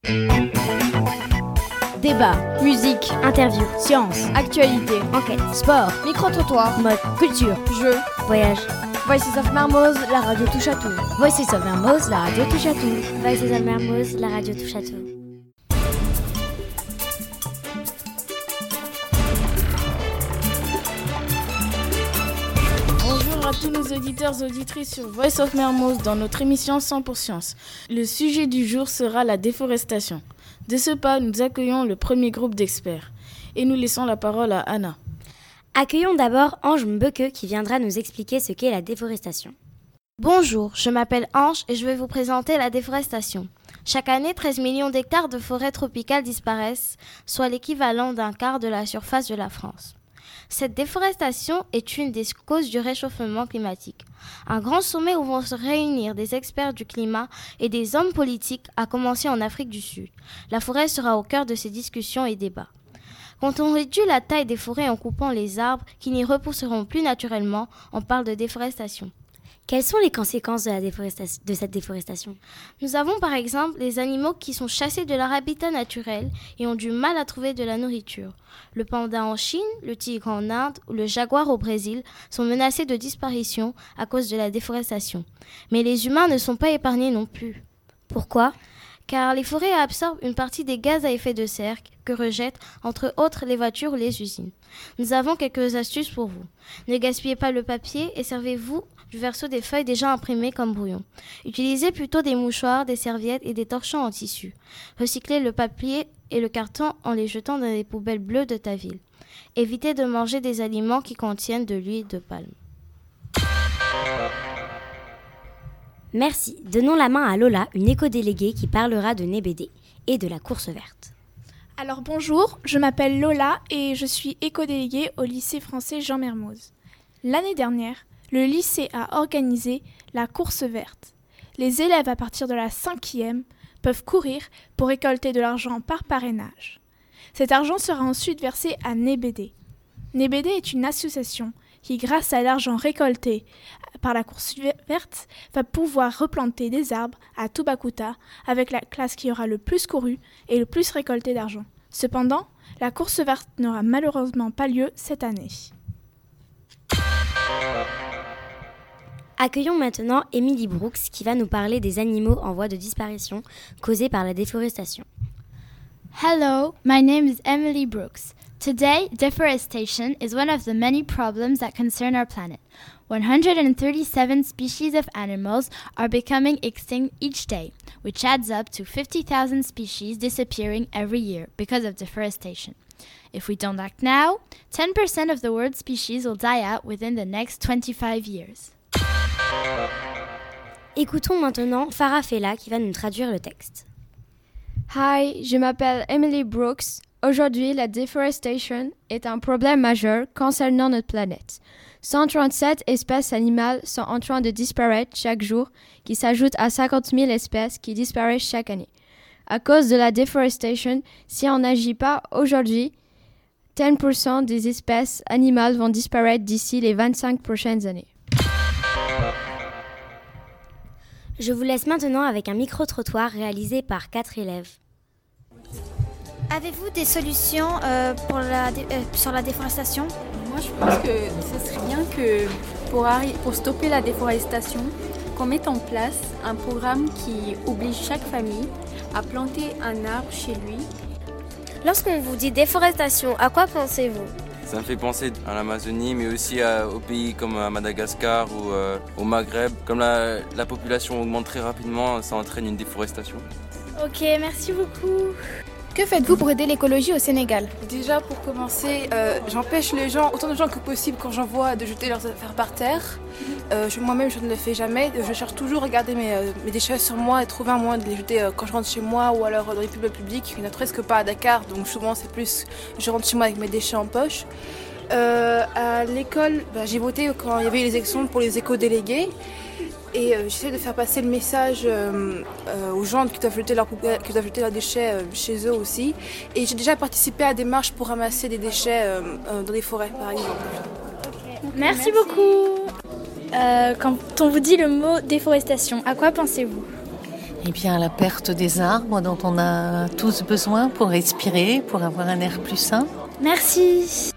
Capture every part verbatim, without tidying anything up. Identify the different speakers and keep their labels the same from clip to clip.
Speaker 1: Débat, musique, interview, science, actualité, enquête, sport, micro-trottoir, mode, culture, jeux, voyage. Voices of Mermoz, la radio touche à tout. Voices of Mermoz, la radio touche à tout.
Speaker 2: Voices of Mermoz, la radio touche à tout.
Speaker 3: Bonjour à tous nos auditeurs et auditrices sur Voice of Mermoz dans notre émission cent pour Science. Le sujet du jour sera la déforestation. De ce pas, nous accueillons le premier groupe d'experts et nous laissons la parole à Anna.
Speaker 2: Accueillons d'abord Ange Mbeke qui viendra nous expliquer ce qu'est la déforestation.
Speaker 4: Bonjour, je m'appelle Ange et je vais vous présenter la déforestation. Chaque année, treize millions d'hectares de forêts tropicales disparaissent, soit l'équivalent d'un quart de la surface de la France. Cette déforestation est une des causes du réchauffement climatique. Un grand sommet où vont se réunir des experts du climat et des hommes politiques a commencé en Afrique du Sud. La forêt sera au cœur de ces discussions et débats. Quand on réduit la taille des forêts en coupant les arbres qui n'y repousseront plus naturellement, on parle de déforestation.
Speaker 2: Quelles sont les conséquences de, la déforestation, de cette déforestation ?
Speaker 4: Nous avons par exemple les animaux qui sont chassés de leur habitat naturel et ont du mal à trouver de la nourriture. Le panda en Chine, le tigre en Inde ou le jaguar au Brésil sont menacés de disparition à cause de la déforestation. Mais les humains ne sont pas épargnés non plus.
Speaker 2: Pourquoi ?
Speaker 4: Car les forêts absorbent une partie des gaz à effet de serre que rejettent, entre autres, les voitures ou les usines. Nous avons quelques astuces pour vous. Ne gaspillez pas le papier et servez-vous du verso des feuilles déjà imprimées comme brouillon. Utilisez plutôt des mouchoirs, des serviettes et des torchons en tissu. Recyclez le papier et le carton en les jetant dans les poubelles bleues de ta ville. Évitez de manger des aliments qui contiennent de l'huile de palme.
Speaker 2: Merci. Donnons la main à Lola, une éco-déléguée qui parlera de Nébédé et de la course verte.
Speaker 5: Alors bonjour, je m'appelle Lola et je suis éco-déléguée au lycée français Jean Mermoz. L'année dernière, le lycée a organisé la course verte. Les élèves à partir de la cinquième peuvent courir pour récolter de l'argent par parrainage. Cet argent sera ensuite versé à Nébédé. Nébédé est une association qui, grâce à l'argent récolté par la course verte, va pouvoir replanter des arbres à Toubacouta avec la classe qui aura le plus couru et le plus récolté d'argent. Cependant, la course verte n'aura malheureusement pas lieu cette année.
Speaker 2: Accueillons maintenant Emily Brooks qui va nous parler des animaux en voie de disparition causés par la déforestation.
Speaker 6: Hello, my name is Emily Brooks. Today, deforestation is one of the many problems that concern our planet. one hundred thirty-seven species of animals are becoming extinct each day, which adds up to fifty thousand species disappearing every year because of deforestation. If we don't act now, ten percent of the world's species will die out within the next twenty-five years.
Speaker 2: Écoutons maintenant Farah Fella qui va nous traduire le texte.
Speaker 7: Hi, je m'appelle Emily Brooks. Aujourd'hui, la déforestation est un problème majeur concernant notre planète. cent trente-sept espèces animales sont en train de disparaître chaque jour, qui s'ajoutent à cinquante mille espèces qui disparaissent chaque année. À cause de la déforestation, si on n'agit pas aujourd'hui, dix pour cent des espèces animales vont disparaître d'ici les vingt-cinq prochaines années.
Speaker 2: Je vous laisse maintenant avec un micro-trottoir réalisé par quatre élèves.
Speaker 8: Avez-vous des solutions euh, pour la dé- euh, sur la déforestation ?
Speaker 9: Moi, je pense que ce serait bien que pour, arri- pour stopper la déforestation, qu'on mette en place un programme qui oblige chaque famille à planter un arbre chez lui.
Speaker 4: Lorsqu'on vous dit déforestation, à quoi pensez-vous ?
Speaker 10: Ça me fait penser à l'Amazonie, mais aussi à, aux pays comme à Madagascar ou euh, au Maghreb. Comme la, la population augmente très rapidement, ça entraîne une déforestation.
Speaker 3: Ok, merci beaucoup.
Speaker 5: Que faites-vous pour aider l'écologie au Sénégal ?
Speaker 11: Déjà, pour commencer, euh, j'empêche les gens, autant de gens que possible, quand j'en vois, de jeter leurs affaires par terre. Euh, je, moi-même, je ne le fais jamais. Je cherche toujours à garder mes, euh, mes déchets sur moi et trouver un moyen de les jeter euh, quand je rentre chez moi ou alors dans les poubelles publiques. Il n'y en a presque pas à Dakar, donc souvent c'est plus je rentre chez moi avec mes déchets en poche. Euh, à l'école, bah, j'ai voté quand il y avait les élections pour les éco-délégués. Et euh, j'essaie de faire passer le message euh, euh, aux gens qui doivent jeter leurs poubelles, qui doivent jeter leurs déchets euh, chez eux aussi. Et j'ai déjà participé à des marches pour ramasser des déchets euh, euh, dans les forêts, par exemple.
Speaker 3: Okay. Merci, Merci beaucoup. Euh, quand on vous dit le mot déforestation, à quoi pensez-vous ?
Speaker 12: Eh bien, la perte des arbres dont on a tous besoin pour respirer, pour avoir un air plus sain.
Speaker 6: Merci.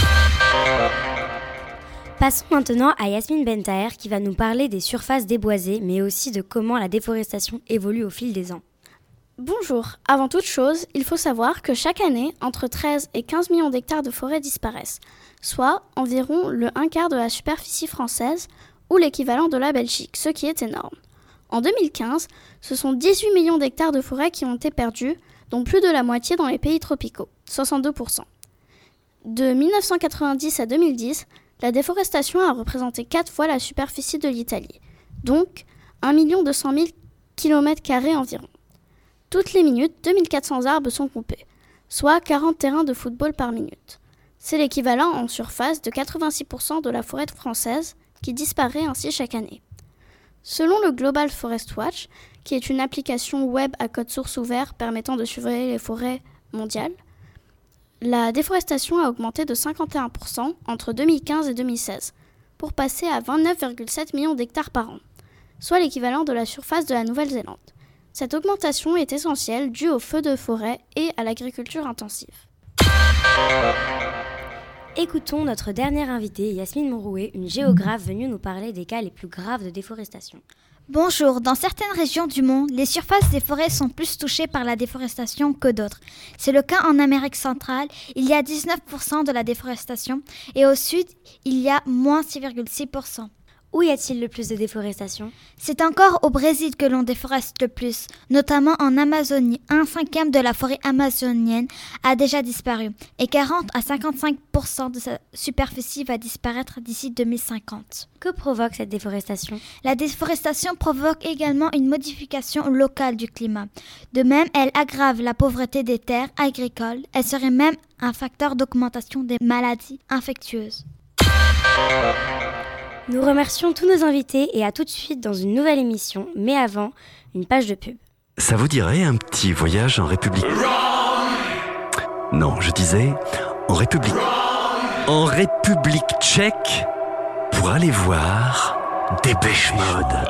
Speaker 2: Passons maintenant à Yasmine Bentaher qui va nous parler des surfaces déboisées, mais aussi de comment la déforestation évolue au fil des ans.
Speaker 4: Bonjour. Avant toute chose, il faut savoir que chaque année, entre treize et quinze millions d'hectares de forêts disparaissent, soit environ le un quart de la superficie française ou l'équivalent de la Belgique, ce qui est énorme. En deux mille quinze, ce sont dix-huit millions d'hectares de forêts qui ont été perdus, dont plus de la moitié dans les pays tropicaux, soixante-deux pour cent. De mille neuf cent quatre-vingt-dix à deux mille dix, la déforestation a représenté quatre fois la superficie de l'Italie, donc un million deux cent mille kilomètres carrés environ. Toutes les minutes, deux mille quatre cents arbres sont coupés, soit quarante terrains de football par minute. C'est l'équivalent en surface de quatre-vingt-six pour cent de la forêt française qui disparaît ainsi chaque année. Selon le Global Forest Watch, qui est une application web à code source ouvert permettant de surveiller les forêts mondiales, la déforestation a augmenté de cinquante et un pour cent entre deux mille quinze et deux mille seize, pour passer à vingt-neuf virgule sept millions d'hectares par an, soit l'équivalent de la surface de la Nouvelle-Zélande. Cette augmentation est essentielle due aux feux de forêt et à l'agriculture intensive.
Speaker 2: Écoutons notre dernière invitée, Yasmine Mouroué, une géographe venue nous parler des cas les plus graves de déforestation.
Speaker 6: Bonjour, dans certaines régions du monde, les surfaces des forêts sont plus touchées par la déforestation que d'autres. C'est le cas en Amérique centrale, il y a dix-neuf pour cent de la déforestation, et au sud, il y a moins six virgule six pour cent.
Speaker 2: Où y a-t-il le plus de déforestation ?
Speaker 6: C'est encore au Brésil que l'on déforeste le plus, notamment en Amazonie. Un cinquième de la forêt amazonienne a déjà disparu et quarante à cinquante-cinq pour cent de sa superficie va disparaître d'ici deux mille cinquante.
Speaker 2: Que provoque cette déforestation ?
Speaker 6: La déforestation provoque également une modification locale du climat. De même, elle aggrave la pauvreté des terres agricoles. Elle serait même un facteur d'augmentation des maladies infectieuses.
Speaker 2: Nous remercions tous nos invités et à tout de suite dans une nouvelle émission, mais avant, une page de pub.
Speaker 13: Ça vous dirait un petit voyage en République ? Non, je disais en République. En République tchèque pour aller voir Dépêche Mode.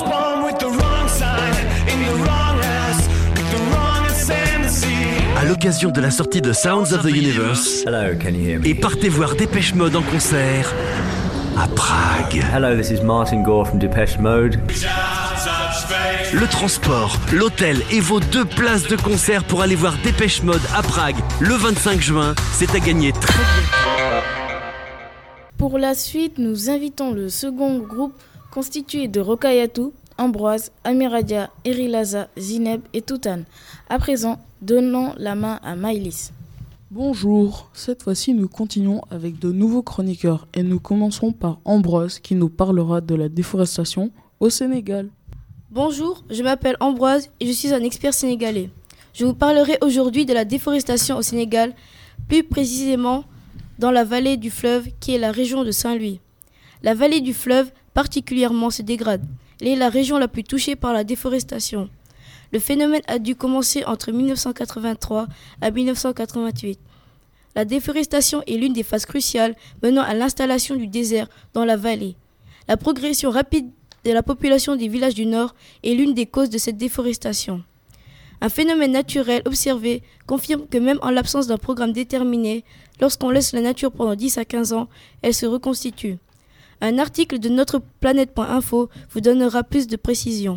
Speaker 13: À l'occasion de la sortie de Sounds of the Universe,
Speaker 14: Hello, can you hear me?
Speaker 13: Et partez voir Dépêche Mode en concert à Prague.
Speaker 14: Hello, this is Martin Gore from Depeche Mode.
Speaker 13: Le transport, l'hôtel et vos deux places de concert pour aller voir Dépêche Mode à Prague le vingt-cinq juin, c'est à gagner très bien.
Speaker 3: Pour la suite, nous invitons le second groupe constitué de Rokayatou, Ambroise, Amiradia, Erilaza, Zineb et Toutane. À présent, donnons la main à Maïlis.
Speaker 15: Bonjour, cette fois-ci nous continuons avec de nouveaux chroniqueurs et nous commencerons par Ambroise qui nous parlera de la déforestation au Sénégal.
Speaker 16: Bonjour, je m'appelle Ambroise et je suis un expert sénégalais. Je vous parlerai aujourd'hui de la déforestation au Sénégal, plus précisément dans la vallée du fleuve qui est la région de Saint-Louis. La vallée du fleuve particulièrement se dégrade. Elle est la région la plus touchée par la déforestation. Le phénomène a dû commencer entre mille neuf cent quatre-vingt-trois à mille neuf cent quatre-vingt-huit. La déforestation est l'une des phases cruciales menant à l'installation du désert dans la vallée. La progression rapide de la population des villages du Nord est l'une des causes de cette déforestation. Un phénomène naturel observé confirme que même en l'absence d'un programme déterminé, lorsqu'on laisse la nature pendant dix à quinze ans, elle se reconstitue. Un article de notre planète point info vous donnera plus de précisions.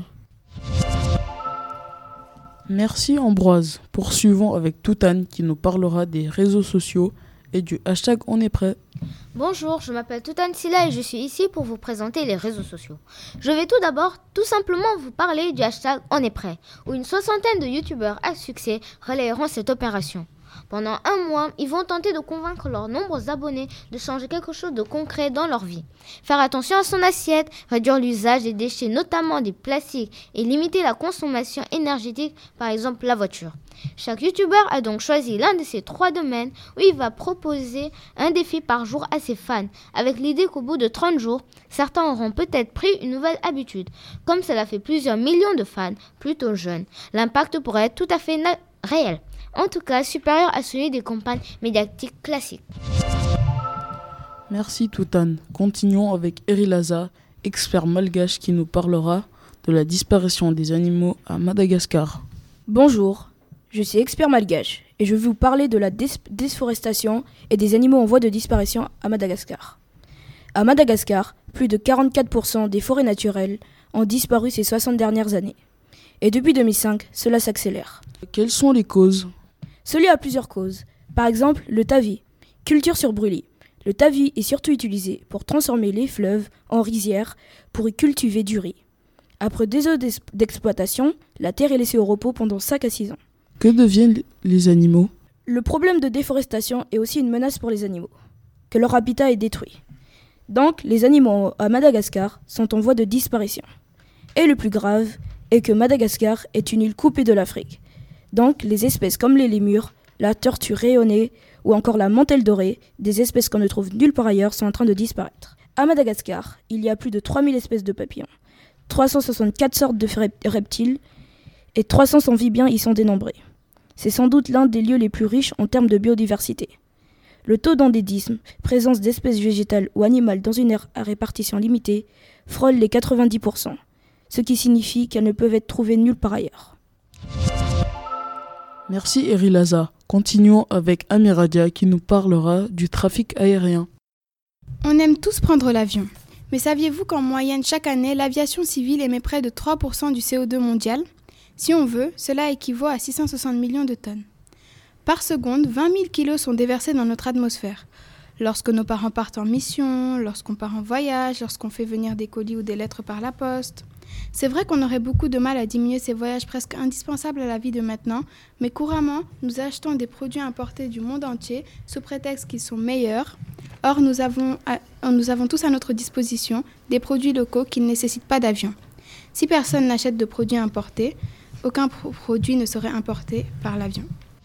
Speaker 15: Merci Ambroise. Poursuivons avec Toutane qui nous parlera des réseaux sociaux et du hashtag On est prêt.
Speaker 17: Bonjour, je m'appelle Toutane Silla et je suis ici pour vous présenter les réseaux sociaux. Je vais tout d'abord tout simplement vous parler du hashtag On est prêt, où une soixantaine de youtubeurs à succès relayeront cette opération. Pendant un mois, ils vont tenter de convaincre leurs nombreux abonnés de changer quelque chose de concret dans leur vie. Faire attention à son assiette, réduire l'usage des déchets, notamment des plastiques, et limiter la consommation énergétique, par exemple la voiture. Chaque youtubeur a donc choisi l'un de ces trois domaines où il va proposer un défi par jour à ses fans, avec l'idée qu'au bout de trente jours, certains auront peut-être pris une nouvelle habitude. Comme cela fait plusieurs millions de fans, plutôt jeunes, l'impact pourrait être tout à fait na- réel. En tout cas, supérieur à celui des campagnes médiatiques classiques.
Speaker 15: Merci Toutane. Continuons avec Erilaza, expert malgache qui nous parlera de la disparition des animaux à Madagascar.
Speaker 16: Bonjour, je suis expert malgache et je vais vous parler de la dé- déforestation et des animaux en voie de disparition à Madagascar. À Madagascar, plus de quarante-quatre pour cent des forêts naturelles ont disparu ces soixante dernières années. Et depuis deux mille cinq, cela s'accélère.
Speaker 15: Quelles sont les causes ?
Speaker 16: Cela a plusieurs causes. Par exemple, le tavis, culture sur brûlis. Le tavis est surtout utilisé pour transformer les fleuves en rizières pour y cultiver du riz. Après deux ans d'exploitation, la terre est laissée au repos pendant cinq à six ans.
Speaker 15: Que deviennent les animaux ?
Speaker 16: Le problème de déforestation est aussi une menace pour les animaux, que leur habitat est détruit. Donc, les animaux à Madagascar sont en voie de disparition. Et le plus grave est que Madagascar est une île coupée de l'Afrique. Donc, les espèces comme les lémurs, la tortue rayonnée ou encore la mantelle dorée, des espèces qu'on ne trouve nulle part ailleurs, sont en train de disparaître. À Madagascar, il y a plus de trois mille espèces de papillons, trois cent soixante-quatre sortes de reptiles et trois cents amphibiens y sont dénombrés. C'est sans doute l'un des lieux les plus riches en termes de biodiversité. Le taux d'endémisme, présence d'espèces végétales ou animales dans une aire à répartition limitée, frôle les quatre-vingt-dix pour cent, ce qui signifie qu'elles ne peuvent être trouvées nulle part ailleurs.
Speaker 15: Merci Erilaza. Continuons avec Amiradia qui nous parlera du trafic aérien.
Speaker 5: On aime tous prendre l'avion. Mais saviez-vous qu'en moyenne, chaque année, l'aviation civile émet près de trois pour cent du C O deux mondial ? Si on veut, cela équivaut à six cent soixante millions de tonnes. Par seconde, vingt mille kilos sont déversés dans notre atmosphère. Lorsque nos parents partent en mission, lorsqu'on part en voyage, lorsqu'on fait venir des colis ou des lettres par la poste. C'est vrai qu'on aurait beaucoup de mal à diminuer ces voyages presque indispensables à la vie de maintenant, mais couramment, nous achetons des produits importés du monde entier sous prétexte qu'ils sont meilleurs. Or, nous avons, à, nous avons tous à notre disposition des produits locaux qui ne nécessitent pas d'avion. Si personne n'achète de produits importés, aucun pro- produit ne serait importé par l'avion.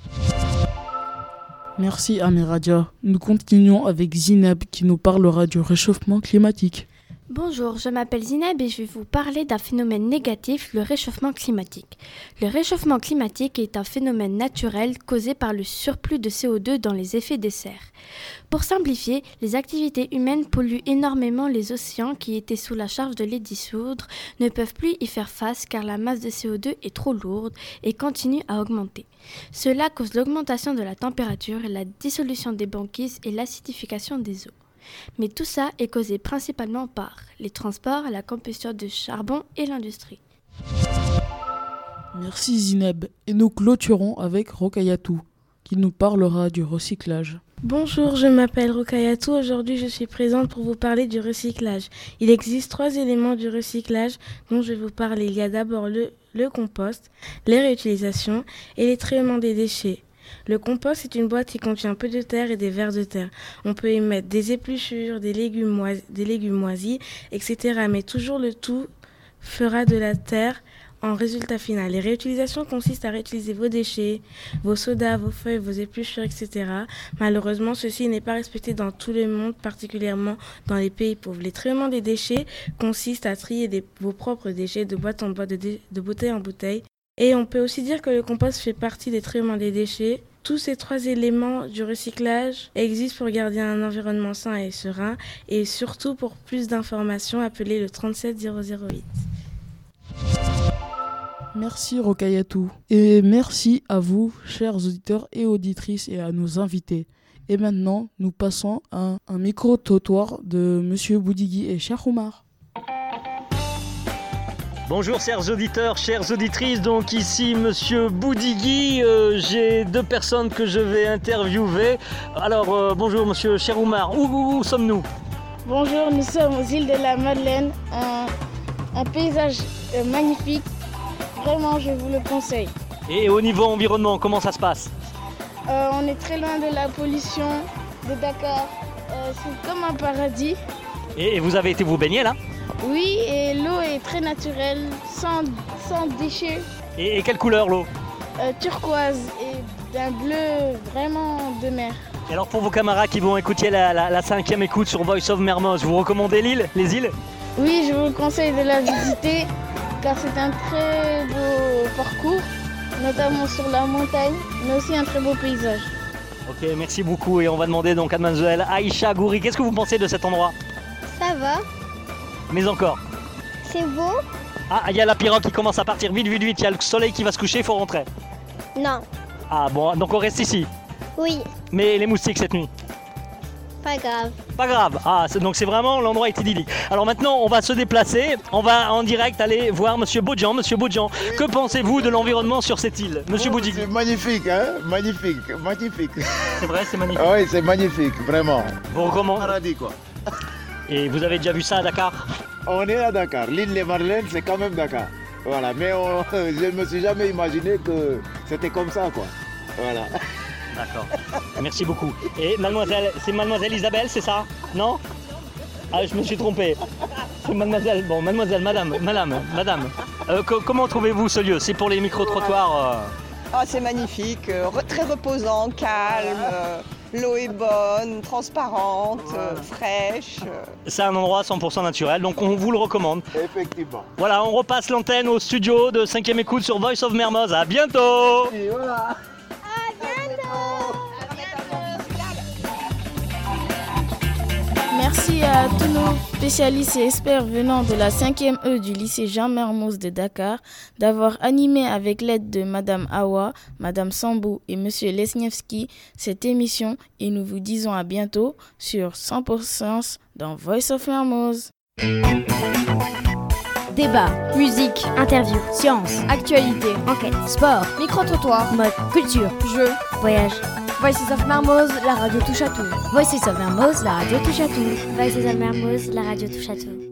Speaker 15: Merci Amiradia. Nous continuons avec Zineb qui nous parlera du réchauffement climatique.
Speaker 18: Bonjour, je m'appelle Zineb et je vais vous parler d'un phénomène négatif, le réchauffement climatique. Le réchauffement climatique est un phénomène naturel causé par le surplus de C O deux dans les effets de serre. Pour simplifier, les activités humaines polluent énormément les océans qui étaient sous la charge de les dissoudre, ne peuvent plus y faire face car la masse de C O deux est trop lourde et continue à augmenter. Cela cause l'augmentation de la température, la dissolution des banquises et l'acidification des eaux. Mais tout ça est causé principalement par les transports, la combustion de charbon et l'industrie.
Speaker 15: Merci Zineb. Et nous clôturons avec Rokayatou, qui nous parlera du recyclage.
Speaker 3: Bonjour, je m'appelle Rokayatou. Aujourd'hui, je suis présente pour vous parler du recyclage. Il existe trois éléments du recyclage dont je vais vous parler. Il y a d'abord le, le compost, les réutilisations et les traitements des déchets. Le compost est une boîte qui contient peu de terre et des vers de terre. On peut y mettre des épluchures, des légumes, moisis, des légumes moisis, et cetera. Mais toujours le tout fera de la terre en résultat final. Les réutilisations consistent à réutiliser vos déchets, vos sodas, vos feuilles, vos épluchures, et cetera. Malheureusement, ceci n'est pas respecté dans tout le monde, particulièrement dans les pays pauvres. Les traitements des déchets consistent à trier des, vos propres déchets de boîte en boîte, de, dé, de bouteille en bouteille. Et on peut aussi dire que le compost fait partie des traitements des déchets. Tous ces trois éléments du recyclage existent pour garder un environnement sain et serein. Et surtout, pour plus d'informations, appelez le trente-sept zéro zéro huit.
Speaker 15: Merci Rokayatou. Et merci à vous, chers auditeurs et auditrices, et à nos invités. Et maintenant, nous passons à un micro-trottoir de Monsieur Boudigui et Cheikh Oumar.
Speaker 19: Bonjour chers auditeurs, chères auditrices, donc ici Monsieur Boudigui, euh, j'ai deux personnes que je vais interviewer. Alors euh, bonjour Monsieur Cheikh Oumar, où, où, où sommes-nous?
Speaker 3: Bonjour, nous sommes aux îles de la Madeleine, un, un paysage euh, magnifique, vraiment je vous le conseille.
Speaker 19: Et au niveau environnement, comment ça se passe?
Speaker 3: euh, On est très loin de la pollution de Dakar, euh, c'est comme un paradis.
Speaker 19: Et, et vous avez été vous baigner là?
Speaker 3: Oui, et l'eau est très naturelle, sans, sans déchets.
Speaker 19: Et, et quelle couleur l'eau?
Speaker 3: euh, Turquoise et d'un bleu vraiment de mer.
Speaker 19: Et alors pour vos camarades qui vont écouter la, la, la cinquième écoute sur Voice of Mermoz, vous recommandez l'île, les îles?
Speaker 3: Oui, je vous conseille de la visiter car c'est un très beau parcours, notamment sur la montagne, mais aussi un très beau paysage.
Speaker 19: Ok, merci beaucoup et on va demander donc à mademoiselle Aïcha Gouri, qu'est-ce que vous pensez de cet endroit?
Speaker 17: Ça va.
Speaker 19: Mais encore.
Speaker 17: C'est beau.
Speaker 19: Ah, il y a la pirogue qui commence à partir vite, vite, vite. Il y a le soleil qui va se coucher, il faut rentrer.
Speaker 20: Non.
Speaker 19: Ah bon, donc on reste ici.
Speaker 20: Oui.
Speaker 19: Mais les moustiques cette nuit?
Speaker 20: Pas grave.
Speaker 19: Pas grave. Ah, c'est, donc c'est vraiment, l'endroit est idyllique. Alors maintenant, on va se déplacer. On va en direct aller voir Monsieur Bodjan. Monsieur Bodjan, oui. Que pensez-vous de l'environnement sur cette île, Monsieur oh, Boudiguy?
Speaker 21: C'est magnifique, hein? Magnifique, magnifique.
Speaker 19: C'est vrai, c'est magnifique.
Speaker 21: Oui, c'est magnifique, vraiment.
Speaker 19: Vous recommandez?
Speaker 21: Paradis, quoi.
Speaker 19: Et vous avez déjà vu ça à Dakar?
Speaker 21: On est à Dakar. L'île Les Marlènes, c'est quand même Dakar. Voilà, mais on, je ne me suis jamais imaginé que c'était comme ça, quoi. Voilà.
Speaker 19: D'accord. Merci beaucoup. Et mademoiselle, c'est mademoiselle Isabelle, c'est ça? Non? Ah, je me suis trompé. C'est mademoiselle, bon, mademoiselle, madame, madame, madame. Euh, co- comment trouvez-vous ce lieu? C'est pour les micro-trottoirs euh...
Speaker 22: Ah, c'est magnifique, euh, re- très reposant, calme. Euh... L'eau est bonne, transparente, euh, fraîche.
Speaker 19: C'est un endroit cent pour cent naturel, donc on vous le recommande.
Speaker 21: Effectivement.
Speaker 19: Voilà, on repasse l'antenne au studio de cinquième écoute sur Voice of Mermoz. À bientôt.
Speaker 21: Et voilà.
Speaker 20: À bientôt.
Speaker 3: Merci à tous nos spécialistes et experts venant de la cinquième E du lycée Jean Mermoz de Dakar d'avoir animé avec l'aide de Madame Awa, Madame Sambou et Monsieur Lesniewski cette émission et nous vous disons à bientôt sur cent pour cent dans Voice of Mermoz.
Speaker 1: Débat, musique, interview, science, actualité, enquête, sport, micro-trottoir, mode, culture, jeux, voyage. Voices of Mermoz, la radio touche à tout. Voices of Mermoz, la radio touche à tout.
Speaker 2: Voices of Mermoz, la radio touche à tout.